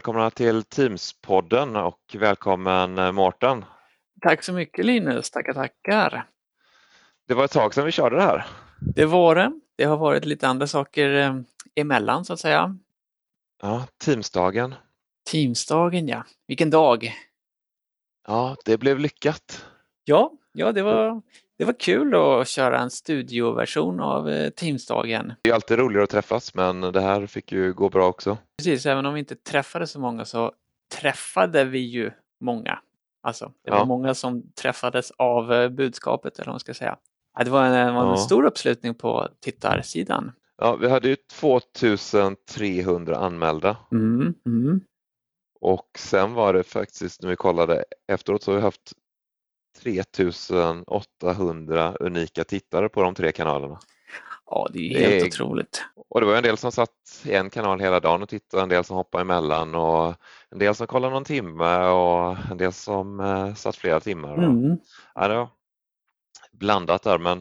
välkomna till Teams-podden och välkommen Mårten. Tack så mycket Linus, tackar. Det var ett tag sedan vi körde det här. Det var det. Det har varit lite andra saker emellan så att säga. Ja, Teamsdagen. Teamsdagen ja, vilken dag. Ja, det blev lyckat. Ja, det var kul att köra en studioversion av Teamsdagen. Det är alltid roligare att träffas, men det här fick ju gå bra också. Precis, även om vi inte träffade så många så träffade vi ju många. Alltså, det var många som träffades av budskapet eller vad man ska säga. Ja, det var en stor uppslutning på tittarsidan. Ja, vi hade ju 2300 anmälda. Och sen var det faktiskt, när vi kollade efteråt, så har vi haft 3800 unika tittare på de 3 kanalerna. Ja, det är helt otroligt. Och det var en del som satt i en kanal hela dagen och tittade, en del som hoppade emellan och en del som kollade någon timme och en del som satt flera timmar. Ja, det var blandat där, men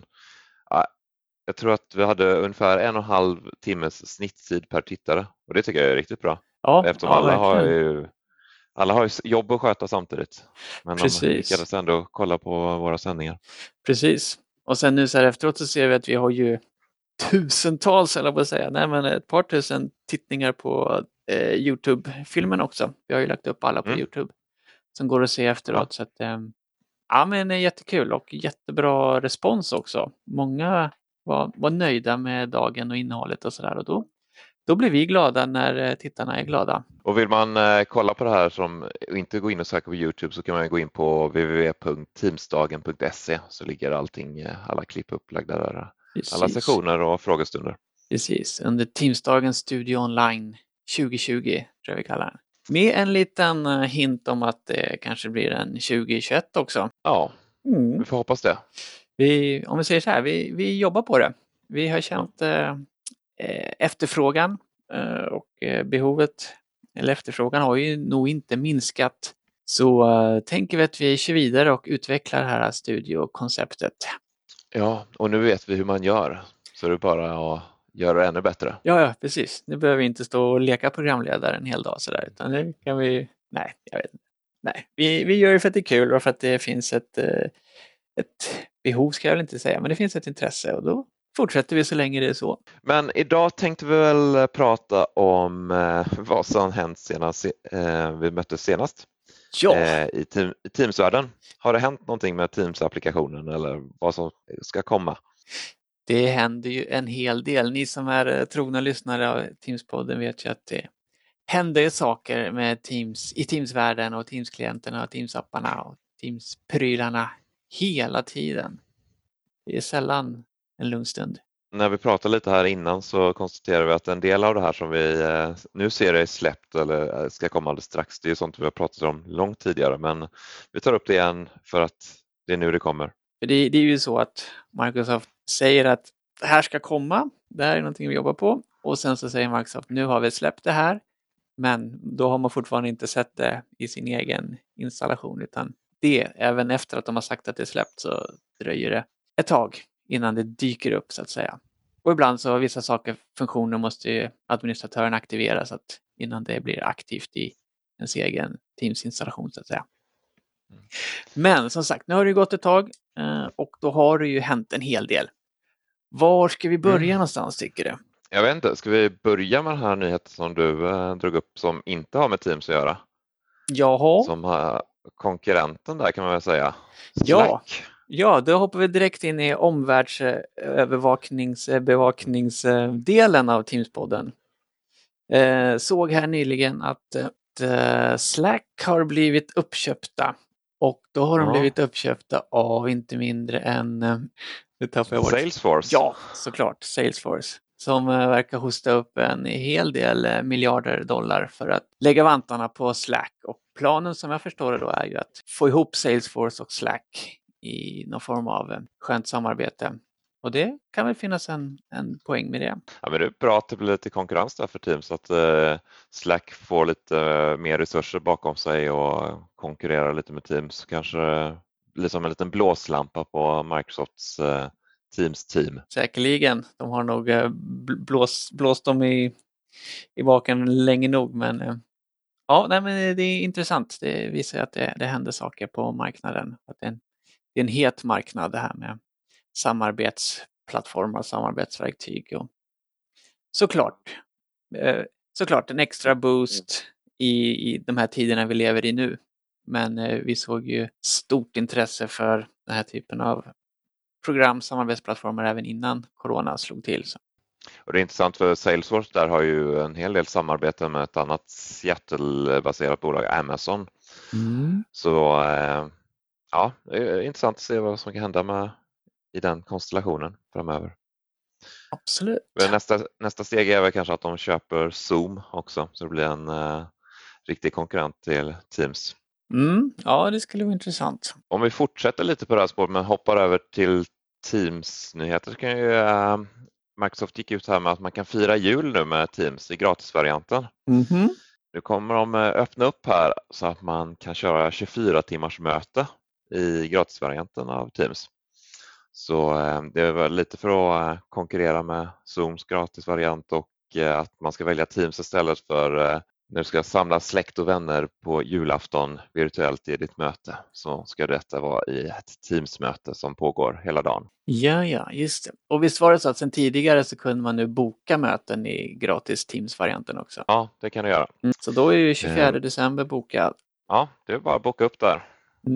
jag tror att vi hade ungefär 1,5 timmes snitttid per tittare och det tycker jag är riktigt bra. Ja, eftersom alla har ju jobb att sköta samtidigt. Men de lyckades ändå kolla på våra sändningar. Precis. Och sen nu så här efteråt så ser vi att vi har ju tusentals, eller vad jag säga, ett par tusen tittningar på YouTube-filmen också. Vi har ju lagt upp alla på YouTube som går att se efteråt. Så att, ja, men det är jättekul och jättebra respons också. Många var nöjda med dagen och innehållet och sådär, och då blir vi glada när tittarna är glada. Och vill man kolla på det här och inte gå in och söka på YouTube, så kan man gå in på www.teamsdagen.se, så ligger allting, alla klipp upplagda där. Precis. Alla sessioner och frågestunder. Precis, under Teamsdagens Studio Online 2020 tror jag vi kallar den. Med en liten hint om att det kanske blir en 2021 också. Ja, vi får hoppas det. Om vi säger så här, vi jobbar på det. Vi har känt efterfrågan och behovet, eller efterfrågan har ju nog inte minskat. Så tänker vi att vi kör vidare och utvecklar det här studiokonceptet. Ja, och nu vet vi hur man gör, så det är bara att göra det ännu bättre. Ja, precis. Nu behöver vi inte stå och leka programledare en hel dag sådär, utan nu kan vi... Nej, jag vet inte. Nej, vi gör det för att det är kul och för att det finns ett behov, ska jag väl inte säga, men det finns ett intresse och då fortsätter vi så länge det är så. Men idag tänkte vi väl prata om vad som hänt senast vi möttes senast. Ja. I Teams-världen. Har det hänt någonting med Teams-applikationen eller vad som ska komma? Det händer ju en hel del. Ni som är trogna lyssnare av Teams-podden vet ju att det händer saker med Teams i Teams-världen och Teams-klienterna och Teams-apparna och Teams-prylarna hela tiden. Det är sällan en lugn stund. När vi pratade lite här innan så konstaterar vi att en del av det här som vi nu ser är släppt eller ska komma alldeles strax, det är sånt vi har pratat om långt tidigare, men vi tar upp det igen för att det är nu det kommer. Det är ju så att Microsoft säger att det här ska komma, det här är någonting vi jobbar på, och sen så säger Microsoft nu har vi släppt det här, men då har man fortfarande inte sett det i sin egen installation, utan även efter att de har sagt att det är släppt så dröjer det ett tag innan det dyker upp så att säga. Och ibland så vissa funktioner måste ju administratören aktivera så att innan det blir aktivt i ens egen Teams-installation så att säga. Men som sagt, nu har det gått ett tag och då har det ju hänt en hel del. Var ska vi börja någonstans tycker du? Jag vet inte, ska vi börja med den här nyheten som du drog upp som inte har med Teams att göra? Jaha. Som har konkurrenten där kan man väl säga. Slack. Ja, då hoppar vi direkt in i omvärldsbevakningsdelen av Teams-podden. Såg här nyligen att Slack har blivit uppköpta. Och då har de blivit uppköpta av inte mindre än Salesforce. Ja, såklart. Salesforce. Som verkar hosta upp en hel del miljarder dollar för att lägga vantarna på Slack. Och planen som jag förstår det då är ju att få ihop Salesforce och Slack i någon form av skönt samarbete. Och det kan väl finnas en poäng med det. Ja, men det är bra att det blir lite konkurrens där för Teams, så att Slack får lite mer resurser bakom sig och konkurrerar lite med Teams. Kanske liksom en liten blåslampa på Microsofts Teams-team. Säkerligen. De har nog blåst dem i baken länge nog, men Ja, nej, men det är intressant. Det visar att det händer saker på marknaden. Att det är en het marknad det här med samarbetsplattformar, samarbetsverktyg och såklart, såklart en extra boost i de här tiderna vi lever i nu. Men vi såg ju stort intresse för den här typen av program, samarbetsplattformar även innan corona slog till. Så. Och det är intressant för Salesforce där har ju en hel del samarbete med ett annat Seattle-baserat bolag, Amazon. Så ja, det är intressant att se vad som kan hända i den konstellationen framöver. Absolut. Men nästa steg är väl kanske att de köper Zoom också, så det blir en riktig konkurrent till Teams. Ja, det skulle vara intressant. Om vi fortsätter lite på det här spåret men hoppar över till Teams-nyheter så kan ju Microsoft gick ut här med att man kan fira jul nu med Teams i gratisvarianten. Nu kommer de öppna upp här så att man kan köra 24 timmars möte i gratisvarianten av Teams. Så det är väl lite för att konkurrera med Zooms gratisvariant och att man ska välja Teams istället för när du ska samla släkt och vänner på julafton virtuellt i ditt möte så ska detta vara i ett Teams-möte som pågår hela dagen. Ja, just det. Och visst var det så att sedan tidigare så kunde man nu boka möten i gratis Teams-varianten också? Ja, det kan du göra. Så då är ju 24 december bokad. Ja, det är bara att boka upp där.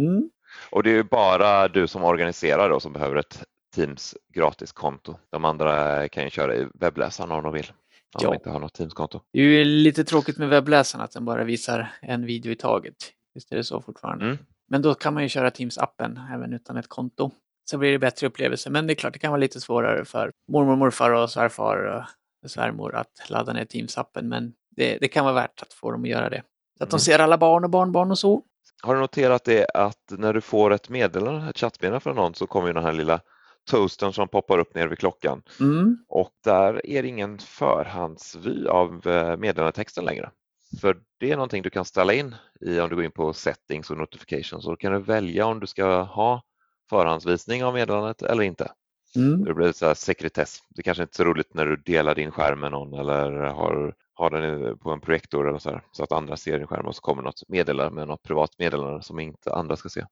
Och det är ju bara du som organiserar då som behöver ett Teams gratiskonto. De andra kan ju köra i webbläsaren om de vill. Om de inte har något Teams-konto. Det är ju lite tråkigt med webbläsaren att den bara visar en video i taget. Visst är det så fortfarande. Men då kan man ju köra Teams-appen även utan ett konto. Så blir det bättre upplevelse. Men det är klart, det kan vara lite svårare för mormor, morfar och svärfar och svärmor att ladda ner Teams-appen. Men det kan vara värt att få dem att göra det. Så att de ser alla barn och barnbarn och så. Har du noterat det att när du får ett meddelande, ett chattmeddelande från någon så kommer ju den här lilla toastern som poppar upp ner vid klockan. Och där är det ingen förhandsvy av meddelandetexten längre. För det är någonting du kan ställa in om du går in på settings och notifications. Så då kan du välja om du ska ha förhandsvisning av meddelandet eller inte. Det blir så här sekretess. Det kanske inte är så roligt när du delar din skärm med någon eller har den på en projektor eller så att andra ser din skärm och så kommer något meddelande med något privat meddelande som inte andra ska se.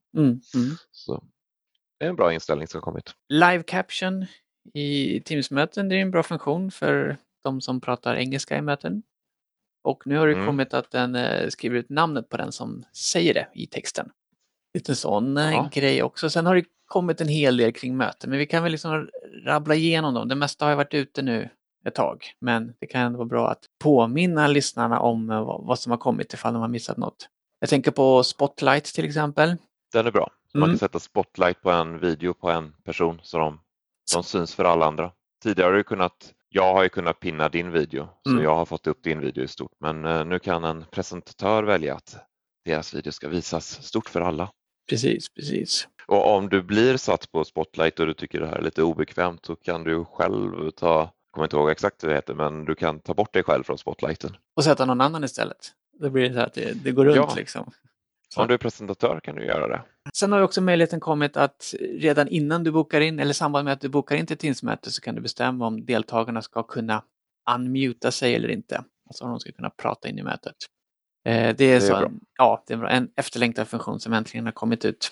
Så det är en bra inställning som har kommit. Live caption i Teams-möten, det är en bra funktion för de som pratar engelska i möten. Och nu har det kommit att den skriver ut namnet på den som säger det i texten. Lite sån grej också. Sen har det kommit en hel del kring möten, men vi kan väl liksom rabbla igenom dem. Det mesta har ju varit ute nu ett tag, men det kan ändå vara bra att påminna lyssnarna om vad som har kommit ifall de har missat något. Jag tänker på Spotlight till exempel. Den är bra. Så man kan sätta spotlight på en video på en person så de syns för alla andra. Tidigare har jag har ju kunnat pinna din video så jag har fått upp din video i stort. Men nu kan en presentatör välja att deras video ska visas stort för alla. Precis. Och om du blir satt på spotlight och du tycker det här är lite obekvämt så kan du själv jag kommer inte ihåg exakt hur det heter, men du kan ta bort dig själv från spotlighten. Och sätta någon annan istället. Då blir det så att det går runt liksom. Så. Om du är presentatör kan du göra det. Sen har också möjligheten kommit att redan innan du bokar in eller i samband med att du bokar in till Teams-möte så kan du bestämma om deltagarna ska kunna unmuta sig eller inte. Alltså om de ska kunna prata in i mötet. Det är en efterlängtad funktion som äntligen har kommit ut.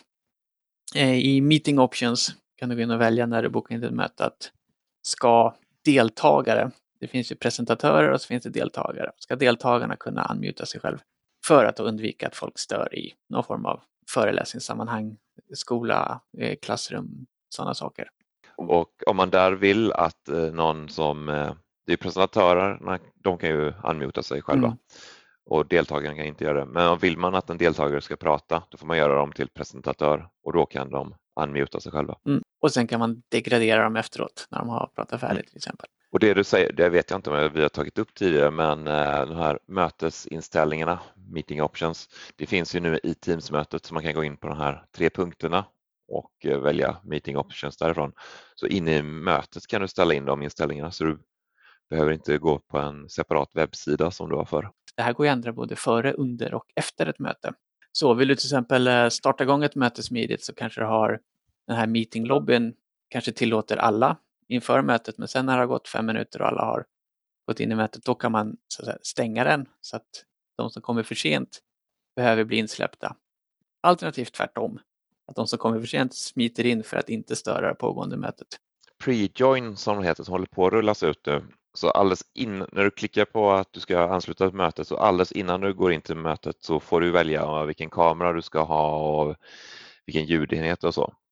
I meeting options kan du gå in och välja när du bokar in till ett möte att ska deltagare, det finns ju presentatörer och så finns det deltagare, ska deltagarna kunna unmuta sig själv för att undvika att folk stör i någon form av föreläsningssammanhang, skola, klassrum, sådana saker. Och om man där vill att någon som, det är presentatörer, de kan ju unmuta sig själva och deltagarna kan inte göra det. Men vill man att en deltagare ska prata, då får man göra dem till presentatör och då kan de unmuta sig själva. Och sen kan man degradera dem efteråt när de har pratat färdigt till exempel. Och det du säger, det vet jag inte om vi har tagit upp tidigare, men de här mötesinställningarna, meeting options, det finns ju nu i Teams-mötet så man kan gå in på de här 3 punkterna och välja meeting options därifrån. Så inne i mötet kan du ställa in de inställningarna så du behöver inte gå på en separat webbsida som du har förr. Det här går att ändra både före, under och efter ett möte. Så vill du till exempel starta igång ett möte smidigt så kanske du har den här meetinglobbyn kanske tillåter alla inför mötet, men sen när det har gått 5 minuter och alla har gått in i mötet, då kan man så att säga, stänga den så att de som kommer för sent behöver bli insläppta. Alternativt tvärtom. Att de som kommer för sent smiter in för att inte störa det pågående mötet. Pre-join som det heter, som håller på att rullas ut nu. Så alldeles när du klickar på att du ska ansluta till mötet, så alldeles innan du går in till mötet så får du välja vilken kamera du ska ha och vilken ljudenhet och så.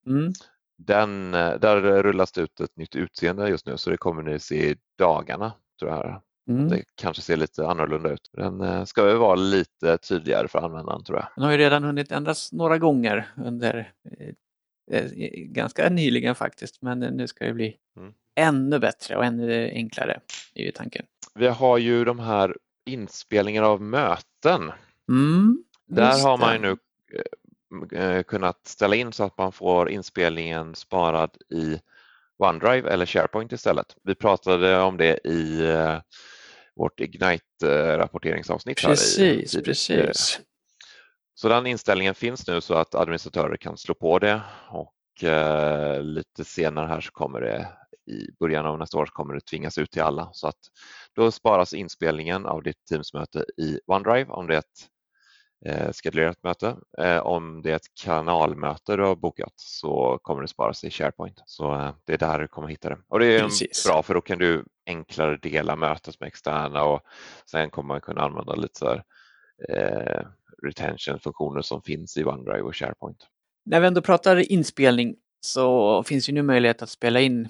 Där rullas det ut ett nytt utseende just nu, så det kommer ni se i dagarna, tror jag. Det kanske ser lite annorlunda ut. Den ska ju vara lite tydligare för användaren, tror jag. Den har ju redan hunnit ändras några gånger under ganska nyligen faktiskt, men nu ska det bli ännu bättre och ännu enklare, är ju tanken. Vi har ju de här inspelningarna av möten. Där har man ju nu kunnat ställa in så att man får inspelningen sparad i OneDrive eller SharePoint istället. Vi pratade om det i vårt Ignite-rapporteringsavsnitt. Precis. Så den inställningen finns nu så att administratörer kan slå på det, och lite senare här så kommer det, i början av nästa år, så kommer det tvingas ut till alla. Så att då sparas inspelningen av ditt Teams-möte i OneDrive om det är ett schedulerat möte. Om det är ett kanalmöte du har bokat så kommer det sparas i SharePoint. Så det är där du kommer hitta det. Och det är bra, för då kan du enklare dela mötet med externa, och sen kommer man kunna använda lite så här, retention-funktioner som finns i OneDrive och SharePoint. När vi ändå pratar inspelning så finns ju nu möjlighet att spela in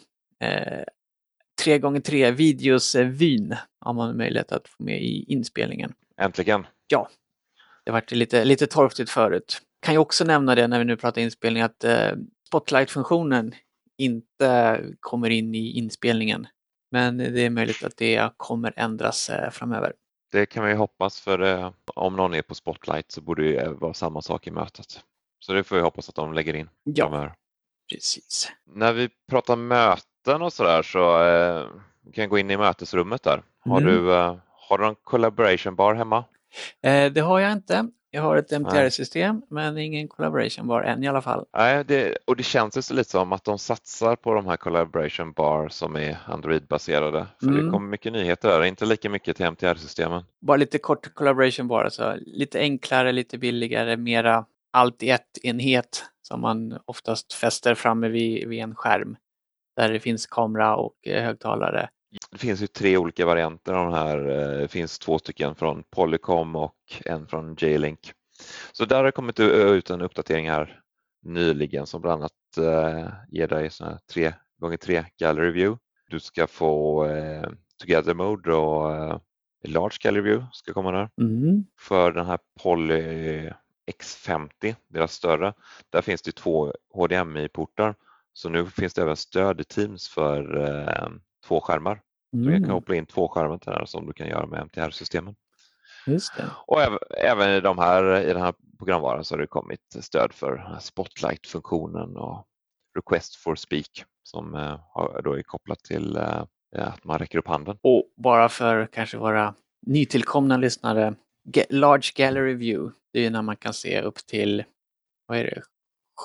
3x3 videos-vyn, har man möjlighet att få med i inspelningen. Äntligen! Ja, det har varit lite torftigt förut. Kan ju också nämna det när vi nu pratar inspelning, att Spotlight-funktionen inte kommer in i inspelningen. Men det är möjligt att det kommer ändras framöver. Det kan vi hoppas, för om någon är på Spotlight så borde det vara samma sak i mötet. Så det får vi hoppas att de lägger in framöver. Precis. När vi pratar möten och sådär, så kan jag gå in i mötesrummet där. Har du en collaboration bar hemma? Det har jag inte. Jag har ett MTR-system, men ingen collaboration bar än i alla fall. Nej, det känns ju lite som att de satsar på de här collaboration bar som är Android-baserade. För det kommer mycket nyheter där, inte lika mycket till MTR-systemen. Bara lite kort collaboration bar, så lite enklare, lite billigare, mera allt i ett enhet som man oftast fäster framme vid en skärm. Där det finns kamera och högtalare. Det finns ju 3 olika varianter av de här. Det finns 2 stycken från Polycom och en från J-Link. Så där har det kommit ut en uppdatering här nyligen som bland annat ger dig sån här 3x3 gallery view. Du ska få together mode och large gallery view ska komma där. För den här Poly X50, deras större, där finns det 2 HDMI-portar. Så nu finns det även stöd i Teams för 2 skärmar. Så du kan koppla in 2 skärmar till det här, som du kan göra med MTR-systemen. Just det. Och även i den här programvaran så har det kommit stöd för Spotlight-funktionen och Request for Speak, som då är kopplat till att man räcker upp handen. Och bara för kanske våra nytillkomna lyssnare, Large Gallery View, det är när man kan se upp till, vad är det,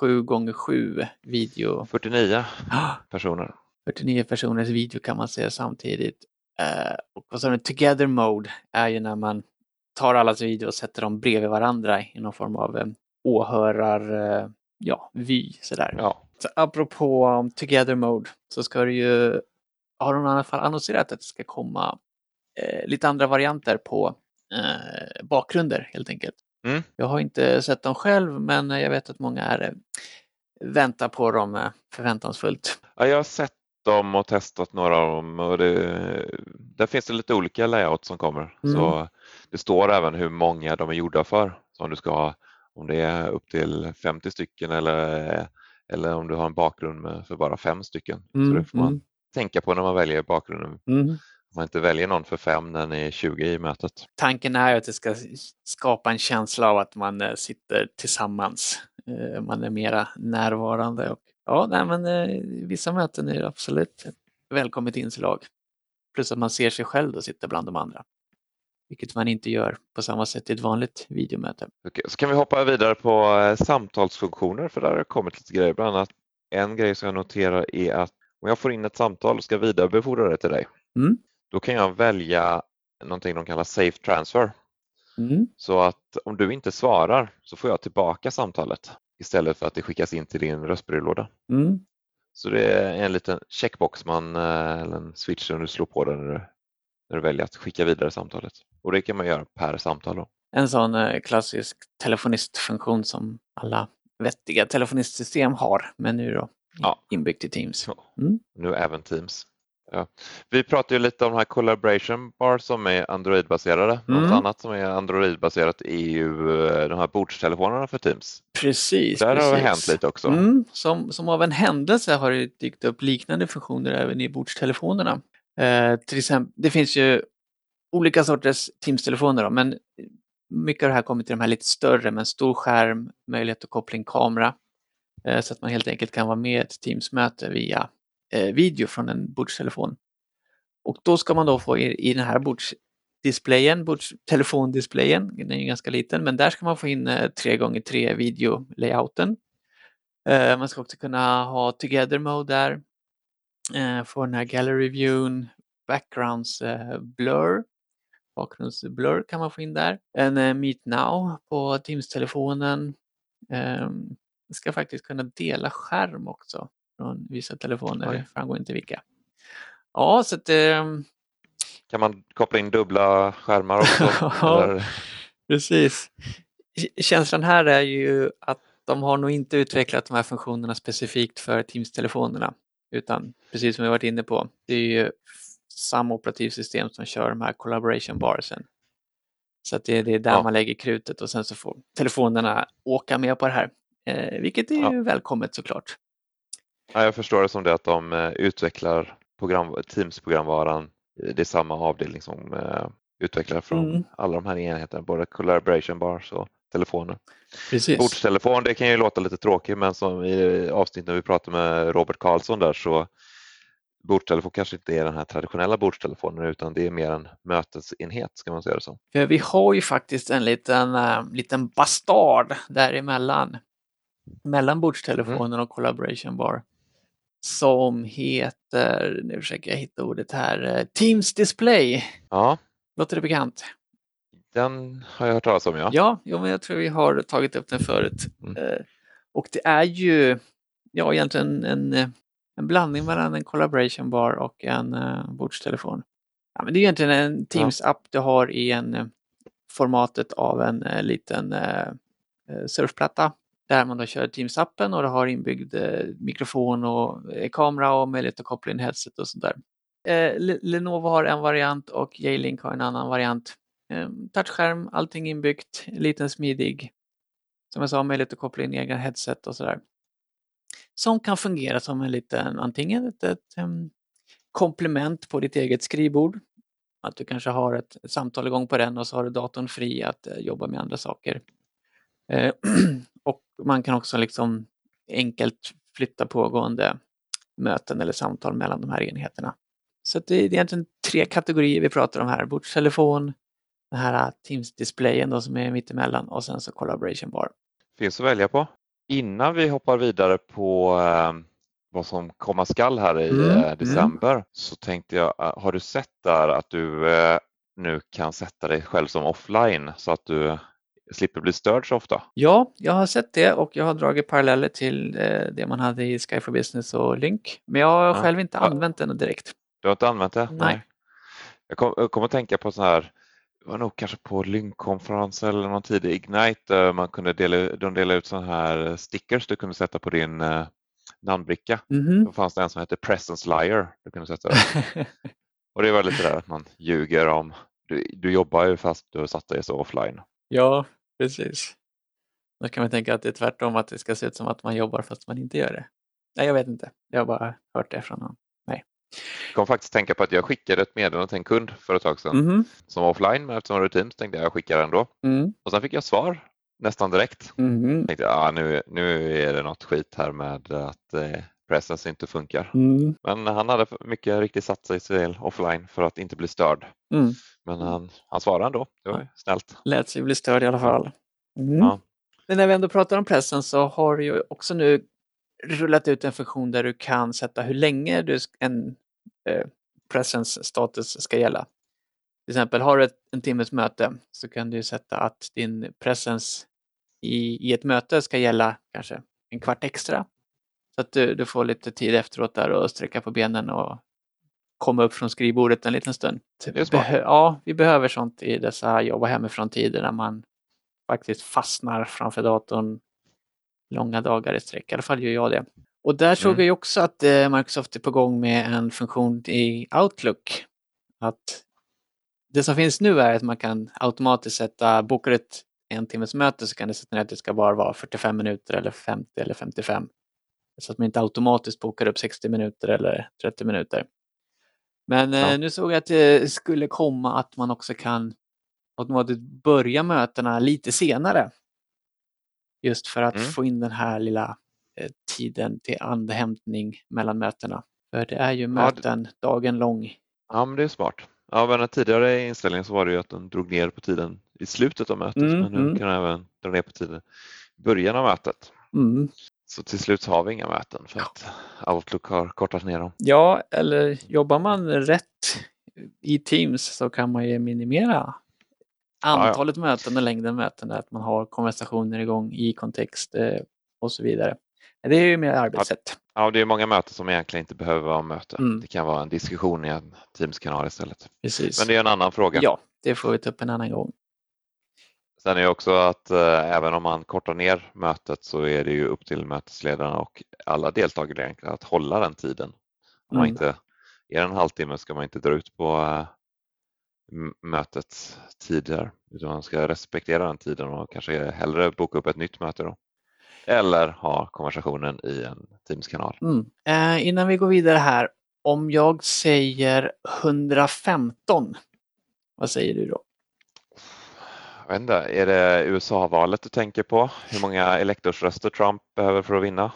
7x7 video. 49 personer. 49 personers video kan man se samtidigt. Och vad sa du, Together Mode är ju när man tar allas video och sätter dem bredvid varandra i någon form av vy sådär. Ja. Så apropå Together Mode så ska det ju, har de i alla fall annonserat att det ska komma lite andra varianter på bakgrunder helt enkelt. Jag har inte sett dem själv, men jag vet att många väntar på dem förväntansfullt. Ja, jag har sett dem och testat några av dem, och där finns det lite olika layout som kommer. Så det står även hur många de är gjorda för. Så om du ska ha, om det är upp till 50 stycken eller om du har en bakgrund för bara 5 stycken. Så det får man tänka på när man väljer bakgrunden. Man inte väljer någon för 5 när ni är 20 i mötet. Tanken är att det ska skapa en känsla av att man sitter tillsammans. Man är mera närvarande. Och, vissa möten är absolut ett välkommet inslag. Plus att man ser sig själv och sitter bland de andra. Vilket man inte gör på samma sätt i ett vanligt videomöte. Okej, så kan vi hoppa vidare på samtalsfunktioner, för där har det kommit lite grejer. Bland annat en grej som jag noterar är att om jag får in ett samtal och ska vidarebefordra det till dig. Då kan jag välja någonting de kallar safe transfer. Så att om du inte svarar så får jag tillbaka samtalet istället för att det skickas in till din röstbrevlåda. Så det är en liten checkbox eller en switch som du slår på den när du väljer att skicka vidare samtalet. Och det kan man göra per samtal då. En sån klassisk telefonistfunktion som alla vettiga telefonistsystem har, men nu då inbyggt i Teams. Nu även Teams. Ja. Vi pratade ju lite om den här Collaboration Bar som är Android-baserade. Något annat som är Android-baserat är ju de här bordstelefonerna för Teams. Precis. Där har det hänt lite också. Som av en händelse har det dykt upp liknande funktioner även i bordstelefonerna. Till exempel, det finns ju olika sorters Teams-telefoner då, men mycket av det här kommer till de här lite större med en stor skärm, möjlighet att koppla in kamera så att man helt enkelt kan vara med i ett Teams-möte via video från en bordstelefon. Och då ska man då få i den här telefondisplayen, den är ju ganska liten, men där ska man få in 3x3 video-layouten. Man ska också kunna ha together mode där, få den här gallery viewn, backgrounds blur, bakgrundsblur kan man få in där. En Meet Now på Teams-telefonen. Man ska faktiskt kunna dela skärm också från vissa telefoner, det framgår inte vilka. Ja, så att... Kan man koppla in dubbla skärmar också? Ja, precis. Känslan här är ju att de har nog inte utvecklat de här funktionerna specifikt för Teams-telefonerna, utan precis som vi varit inne på, det är ju samma operativsystem som kör de här collaboration barsen. Så att det är där man lägger krutet och sen så får telefonerna åka med på det här, vilket är ju välkommet såklart. Ja, jag förstår det som det att de utvecklar Teams-programvaran. Det är samma avdelning som utvecklar från alla de här enheterna, både collaboration bars och telefoner. Precis. Bordstelefon, det kan ju låta lite tråkigt, men som i avsnittet när vi pratade med Robert Karlsson där, så bordstelefon kanske inte är den här traditionella bordstelefonen, utan det är mer en mötesenhet, ska man säga det så. Vi har ju faktiskt en liten bastard däremellan, mellan bordstelefonen och collaboration bar, som heter, nu försöker jag hitta ordet här, Teams Display. Ja. Låter det bekant? Den har jag hört talas om, ja. Ja, men jag tror vi har tagit upp den förut. Och det är ju egentligen en blandning mellan en collaboration bar och en bordstelefon. Ja, men det är egentligen en Teams-app du har i formatet av en liten surfplatta, där man då kör Teams-appen och du har inbyggd mikrofon och kamera och möjlighet att koppla in headset och sådär. Lenovo har en variant och J-Link har en annan variant. Touchskärm, allting inbyggt, liten smidig. Som jag sa, möjlighet att koppla in egna headset och sådär. Som kan fungera som en liten, antingen ett komplement på ditt eget skrivbord. Att du kanske har ett samtal igång på den och så har du datorn fri att jobba med andra saker. Och man kan också liksom enkelt flytta pågående möten eller samtal mellan de här enheterna. Så det är egentligen 3 kategorier vi pratar om här. Bordstelefon, den här Teams-displayen då som är mittemellan och sen så collaboration bar. Finns att välja på. Innan vi hoppar vidare på vad som komma skall här i december så tänkte jag, har du sett där att du nu kan sätta dig själv som offline så att du slipper bli störd så ofta? Ja, jag har sett det och jag har dragit paralleller till det man hade i Sky for Business och Lync. Men jag har själv inte använt den direkt. Du har inte använt det? Nej. Jag kommer att tänka på så här, det var nog kanske på Lync-konferens eller någon tid i Ignite, man kunde dela ut sådana här stickers du kunde sätta på din namnbricka. Då fanns det en som hette Presence Liar du kunde sätta det. Och det var lite där att man ljuger om, du jobbar ju fast du har satt dig så offline. Ja, precis. Då kan man tänka att det är tvärtom, att det ska se ut som att man jobbar fast man inte gör det. Nej, jag vet inte. Jag har bara hört det från någon. Nej. Jag kom faktiskt tänka på att jag skickade ett meddelande till en kund för ett tag sedan som var offline, men eftersom det var rutin så tänkte jag skickar ändå. Och sen fick jag svar nästan direkt. Jag tänkte nu är det något skit här med att Presence inte funkar. Men han hade mycket riktigt satt sig till offline för att inte bli störd. Men han svarade ändå. Det var snällt. Lät sig bli störd i alla fall. Ja. Men när vi ändå pratar om Presence så har du ju också nu rullat ut en funktion där du kan sätta hur länge en Presence-status ska gälla. Till exempel har du en timmes möte så kan du sätta att din presence i ett möte ska gälla kanske en kvart extra. Så att du får lite tid efteråt där och sträcka på benen och komma upp från skrivbordet en liten stund. Det är smart. Ja, vi behöver sånt i dessa jobba hemifrån tider när man faktiskt fastnar framför datorn långa dagar i sträck. I alla fall gör jag det. Och där såg jag också att Microsoft är på gång med en funktion i Outlook. Att det som finns nu är att man kan automatiskt bokar ett en timmes möte så kan det sätta ner att det ska bara vara 45 minuter eller 50 eller 55. Så att man inte automatiskt bokar upp 60 minuter eller 30 minuter. Men nu såg jag att det skulle komma att man också kan automatiskt börja mötena lite senare. Just för att få in den här lilla tiden till andhämtning mellan mötena. För det är ju möten dagen lång. Ja, men det är smart. Ja, men den tidigare inställningen så var det ju att den drog ner på tiden i slutet av mötet. Men nu kan den även dra ner på tiden i början av mötet. Så till slut har vi inga möten för att Outlook har kortat ner dem. Ja, eller jobbar man rätt i Teams så kan man ju minimera antalet möten och längden möten. Att man har konversationer igång i kontext och så vidare. Det är ju mer arbetssätt. Ja, det är många möten som egentligen inte behöver vara möte. Det kan vara en diskussion i en Teams-kanal istället. Precis. Men det är en annan fråga. Ja, det får vi ta upp en annan gång. Sen är det också att även om man kortar ner mötet så är det ju upp till mötesledarna och alla deltagare att hålla den tiden. Om man inte är en halvtimme ska man inte dra ut på mötets tider, utan man ska respektera den tiden och kanske hellre boka upp ett nytt möte då. Eller ha konversationen i en Teams-kanal. Innan vi går vidare här, om jag säger 115, vad säger du då? Jag vet inte, är det USA-valet du tänker på? Hur många elektorsröster Trump behöver för att vinna?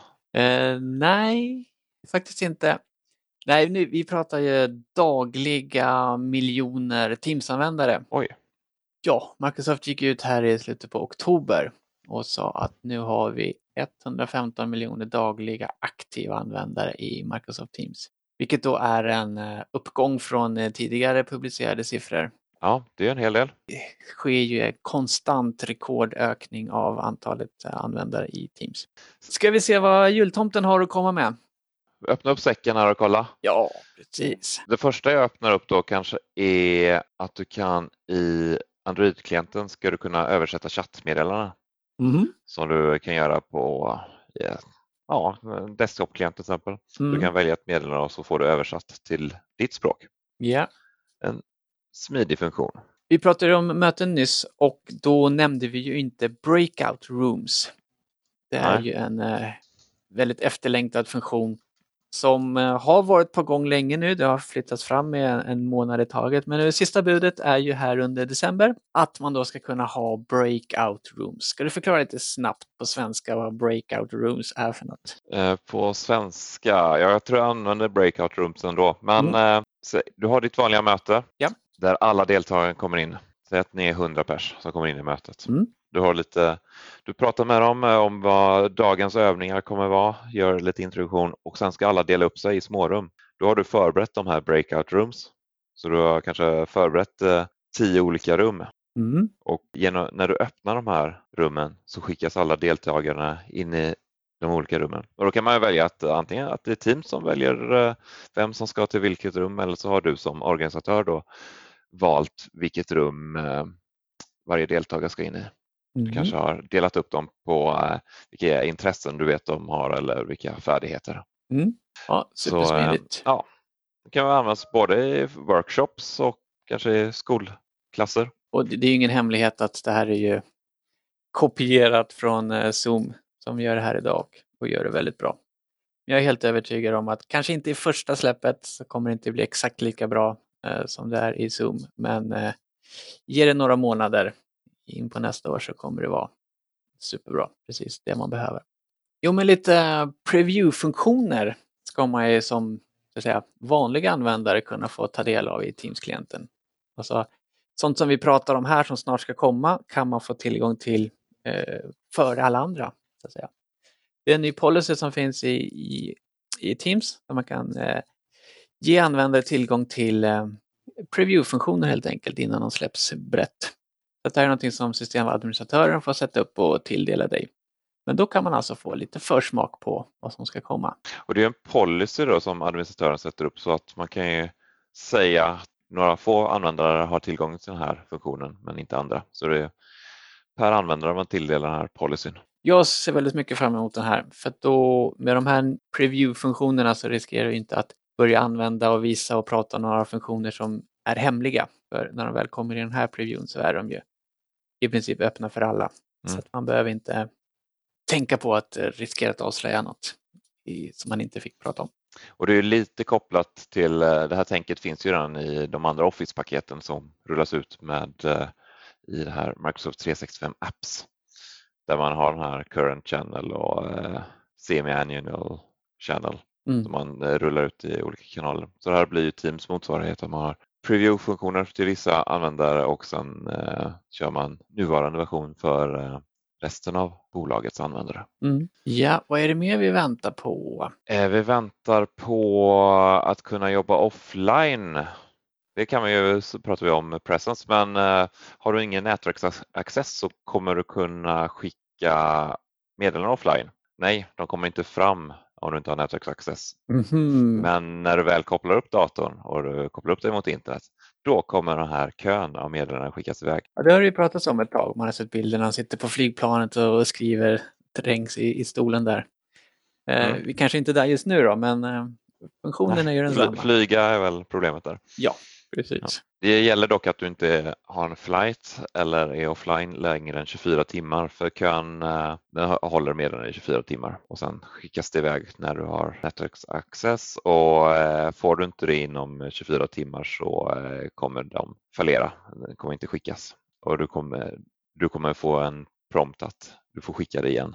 Nej, faktiskt inte. Nej, vi pratar ju dagliga miljoner Teams-användare. Oj. Ja, Microsoft gick ut här i slutet på oktober och sa att nu har vi 115 miljoner dagliga aktiva användare i Microsoft Teams. Vilket då är en uppgång från tidigare publicerade siffror. Ja, det är en hel del. Det sker ju en konstant rekordökning av antalet användare i Teams. Ska vi se vad jultomten har att komma med? Öppna upp säcken här och kolla. Ja, precis. Det första jag öppnar upp då kanske är att du kan i Android-klienten ska du kunna översätta chattmeddelanden. Som du kan göra på desktop-klient till exempel. Du kan välja ett meddelande och så får du översatt till ditt språk. Ja. En smidig funktion. Vi pratade om möten nyss och då nämnde vi ju inte breakout rooms. Det är ju en väldigt efterlängtad funktion som har varit på gång länge nu. Det har flyttats fram med en månad i taget. Men det sista budet är ju här under december att man då ska kunna ha breakout rooms. Ska du förklara lite snabbt på svenska vad breakout rooms är för något? På svenska, jag tror jag använder breakout rooms ändå. Men du har ditt vanliga möte där alla deltagare kommer in. Säg att ni är 100 pers som kommer in i mötet. Du pratar med dem om vad dagens övningar kommer vara, gör lite introduktion och sen ska alla dela upp sig i smårum. Då har du förberett de här breakout rooms. Så du har kanske förberett 10 olika rum. Och när du öppnar de här rummen så skickas alla deltagarna in i de olika rummen. Och då kan man välja att antingen att det är team som väljer vem som ska till vilket rum eller så har du som organisatör då valt vilket rum varje deltagare ska in i. Du kanske har delat upp dem på vilka intressen du vet de har eller vilka färdigheter. Ja, supersmidigt. Så, det kan användas både i workshops och kanske i skolklasser. Och det är ju ingen hemlighet att det här är ju kopierat från Zoom som gör det här idag och gör det väldigt bra. Jag är helt övertygad om att kanske inte i första släppet så kommer det inte bli exakt lika bra som det är i Zoom. Men ger det några månader in på nästa år så kommer det vara superbra. Precis det man behöver. Jo, men lite preview-funktioner ska man ju som så att säga, vanliga användare kunna få ta del av i Teams-klienten. Alltså, sånt som vi pratar om här som snart ska komma kan man få tillgång till före alla andra. Så att säga. Det är en ny policy som finns i Teams där man kan ge användare tillgång till preview-funktioner helt enkelt innan de släpps brett. Så det här är någonting som systemadministratören får sätta upp och tilldela dig. Men då kan man alltså få lite försmak på vad som ska komma. Och det är en policy då som administratören sätter upp, så att man kan ju säga att några få användare har tillgång till den här funktionen men inte andra. Så det är per användare man tilldelar den här policyn. Jag ser väldigt mycket fram emot den här, för att då med de här preview-funktionerna så riskerar du inte att börja använda och visa och prata om några funktioner som är hemliga. För när de väl kommer i den här previewn så är de ju i princip öppna för alla. Så att man behöver inte tänka på att riskera att avslöja något som man inte fick prata om. Och det är lite kopplat till, det här tänket finns ju redan i de andra Office-paketen som rullas ut med i det här Microsoft 365 Apps. Där man har den här Current Channel och Semi-Annual Channel som man rullar ut i olika kanaler. Så det här blir ju Teams motsvarighet. Man har preview-funktioner till vissa användare och sen kör man nuvarande version för resten av bolagets användare. Ja, vad är det mer vi väntar på? Vi väntar på att kunna jobba offline. Det kan man ju, så pratar vi om presence, men har du ingen nätverksaccess så kommer du kunna skicka meddelanden offline. Nej, de kommer inte fram om du inte har nätverksaccess. Men när du väl kopplar upp datorn och du kopplar upp dig mot internet, då kommer den här kön av meddelanden skickas iväg. Ja, det har det ju pratats om ett tag. Man har sett bilder när han sitter på flygplanet och skriver trängs i stolen där. Vi kanske inte är där just nu då, men funktionen är ju densamma. Flyga är väl problemet där. Ja, precis. Ja. Det gäller dock att du inte har en flight eller är offline längre än 24 timmar, för kön håller meddelanden i 24 timmar och sen skickas det iväg när du har nätverksaccess, och får du inte det inom 24 timmar så kommer de fallera, det kommer inte skickas och du kommer få en prompt att du får skicka det igen.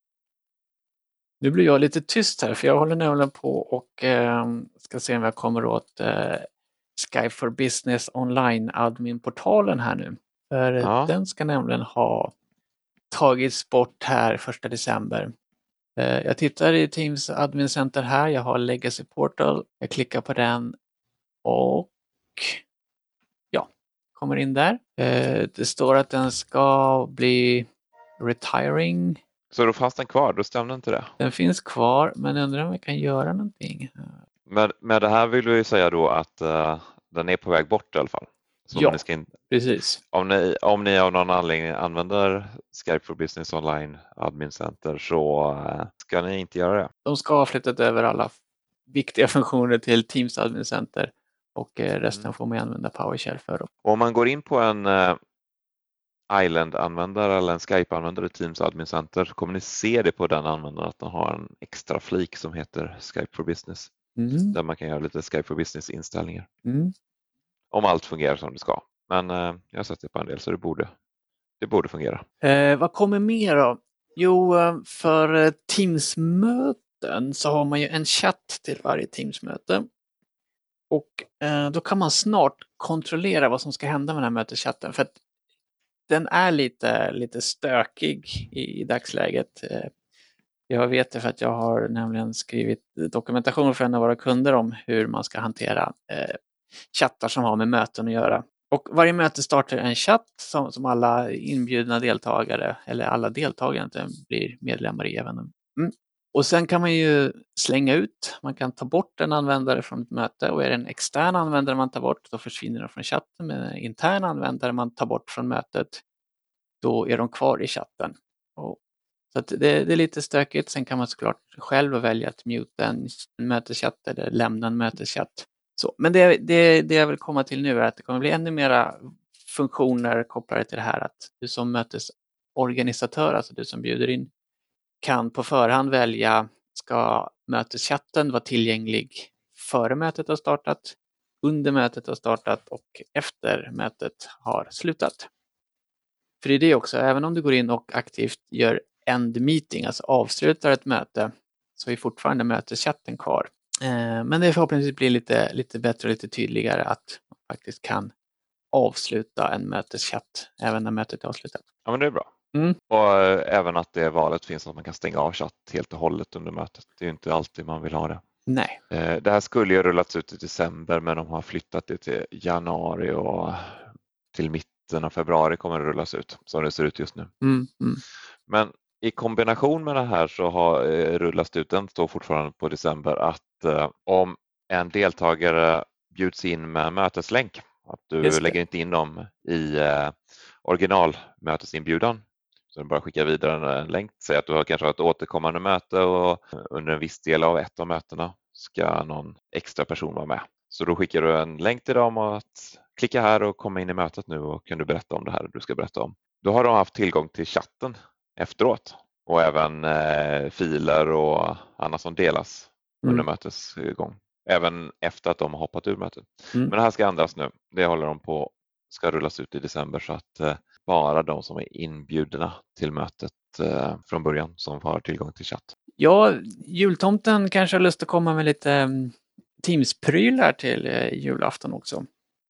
Nu blir jag lite tyst här, för jag håller nämligen på och ska se om jag kommer åt Skype for Business online admin-portalen här nu. För den ska nämligen ha tagits bort här 1 december. Jag tittar i Teams Admin Center här, jag har Legacy Portal, jag klickar på den och ja, kommer in där. Det står att den ska bli retiring. Så då fanns den kvar, då stämde inte det? Den finns kvar, men undrar om jag kan göra någonting. Med det här vill du ju säga då att den är på väg bort i alla fall. Så ja, precis. Om ni av någon anledning använder Skype for Business Online Admin Center så ska ni inte göra det. De ska ha flyttat över alla viktiga funktioner till Teams Admin Center och resten får man använda PowerShell för. Och om man går in på en Island-användare eller en Skype-användare i Teams Admin Center kommer ni se det på den användaren att den har en extra flik som heter Skype for Business. Där man kan göra lite Skype for Business-inställningar. Om allt fungerar som det ska. Men jag har sett det på en del så det borde fungera. Vad kommer mer då? Jo, för Teams-möten så har man ju en chatt till varje Teams-möte. Och då kan man snart kontrollera vad som ska hända med den här möteschatten. För att den är lite stökig i dagsläget. Jag vet det för att jag har nämligen skrivit dokumentation för en av våra kunder om hur man ska hantera chattar som har med möten att göra. Och varje möte startar en chatt som alla inbjudna deltagare, eller alla deltagare blir medlemmar i även. Och sen kan man ju slänga ut, man kan ta bort en användare från ett möte, och är det en extern användare man tar bort, då försvinner de från chatten. Men en intern användare man tar bort från mötet, då är de kvar i chatten. Så att det är lite stökigt. Sen kan man såklart själv välja att muta en möteschatt eller lämna en möteschatt. Så, men det jag vill komma till nu är att det kommer bli ännu mera funktioner kopplade till det här, att du som mötesorganisatör, alltså du som bjuder in, kan på förhand välja, ska möteschatten vara tillgänglig före mötet har startat, under mötet har startat och efter mötet har slutat. För det är det också, även om du går in och aktivt gör end meeting, alltså avslutar ett möte, så är fortfarande möteschatten kvar. Men det förhoppningsvis blir lite bättre och lite tydligare att man faktiskt kan avsluta en möteschatt även när mötet är avslutat. Ja, men det är bra. Och även att det valet finns att man kan stänga av chatt helt och hållet under mötet. Det är ju inte alltid man vill ha det. Nej. Det här skulle ju rullats ut i december, men de har flyttat det till januari och till mitten av februari kommer det rullas ut som det ser ut just nu. Men i kombination med det här så har rullas ut, den står fortfarande på december, att om en deltagare bjuds in med möteslänk, att du lägger inte in dem i originalmötesinbjudan, så du bara skickar vidare en länk. Säg att du har kanske ett återkommande möte och under en viss del av ett av mötena ska någon extra person vara med. Så då skickar du en länk till dem och att klicka här och komma in i mötet nu och kan du berätta om det här du ska berätta om. Då har de haft tillgång till chatten efteråt och även filer och annat som delas under mötesgång. Även efter att de har hoppat ur mötet. Men det här ska ändras nu. Det håller de på, ska rullas ut i december så att bara de som är inbjudna till mötet från början som har tillgång till chatt. Ja, jultomten kanske har lust att komma med lite Teams-prylar till julafton också.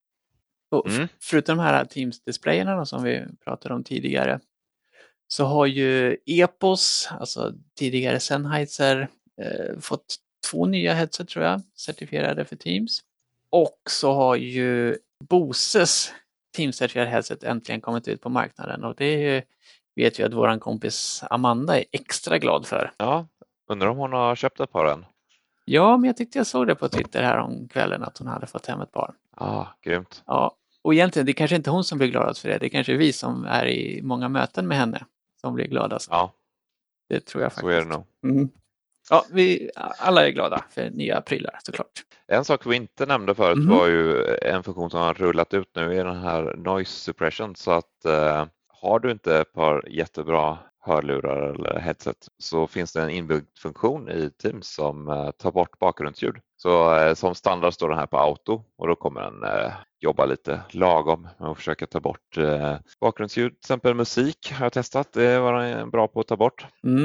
Och förutom de här Teams-displayerna som vi pratade om tidigare, så har ju Epos, alltså tidigare Sennheiser, fått 2 nya headset tror jag, certifierade för Teams. Och så har ju Boses Teams-certifierade headset äntligen kommit ut på marknaden, och det vet ju att våran kompis Amanda är extra glad för. Ja, undrar om hon har köpt ett par än. Ja, men jag tyckte jag såg det på Twitter här om kvällen att hon hade fått hem ett par. Grymt. Ja, och egentligen det är kanske inte hon som blir gladast för det. Det är kanske vi som är i många möten med henne som blir gladast. Ja, det tror jag faktiskt. Så är det nog. Ja, vi alla är glada för nya prylar såklart. En sak vi inte nämnde förut var ju en funktion som har rullat ut nu är den här noise suppression, så att har du inte ett par jättebra hörlurar eller headset så finns det en inbyggd funktion i Teams som tar bort bakgrundsljud. Så som standard står den här på auto och då kommer den jobba lite lagom med att försöka ta bort bakgrundsljud. Till exempel musik har jag testat, det var bra på att ta bort.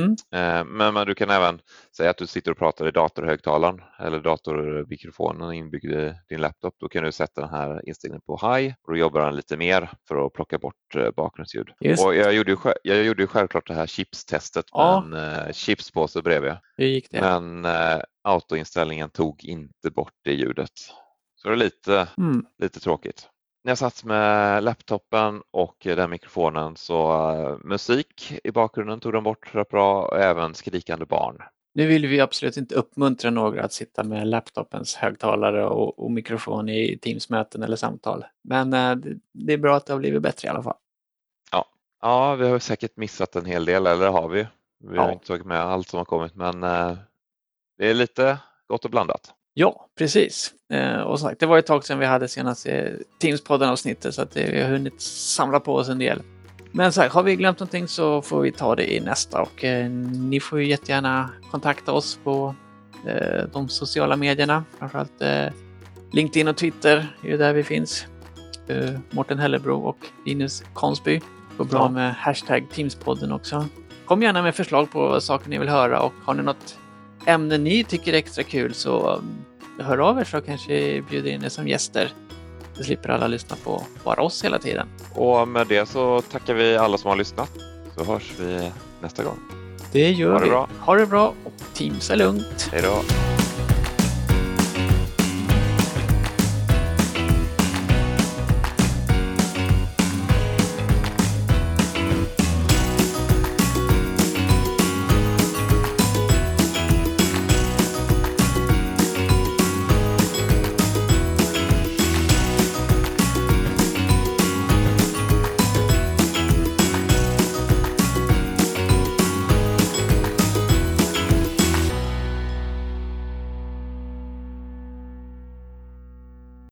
Men du kan även säga att du sitter och pratar i datorhögtalaren eller datormikrofonen inbyggd i din laptop. Då kan du sätta den här inställningen på high och då jobbar den lite mer för att plocka bort bakgrundsljud. Och jag gjorde ju självklart det här chipstestet med en chipspåse bredvid. Hur gick det? Men autoinställningen tog inte bort det ljudet. Så det är lite tråkigt. När jag satt med laptopen och den mikrofonen så musik i bakgrunden tog de bort rätt bra och även skrikande barn. Nu vill vi absolut inte uppmuntra några att sitta med laptopens högtalare och mikrofon i Teams-möten eller samtal. Men det är bra att det har blivit bättre i alla fall. Ja, vi har säkert missat en hel del, eller har vi? Vi har inte tagit med allt som har kommit, men det är lite gott och blandat. Ja, precis. Och sagt, det var ett tag sedan vi hade senaste Teams-podden-avsnittet så att vi har hunnit samla på oss en del. Men så här, har vi glömt någonting så får vi ta det i nästa och ni får ju jättegärna kontakta oss på de sociala medierna. Framförallt LinkedIn och Twitter är ju där vi finns. Mårten Hellebro och Linus Konsby. Går bra med hashtag Teamspodden också. Kom gärna med förslag på saker ni vill höra och har ni något ämne ni tycker är extra kul så hör av er så kanske bjuder in er som gäster. Så slipper alla lyssna på bara oss hela tiden. Och med det så tackar vi alla som har lyssnat. Så hörs vi nästa gång. Det gör vi. Ha det bra och Teams är lugnt. Hej då.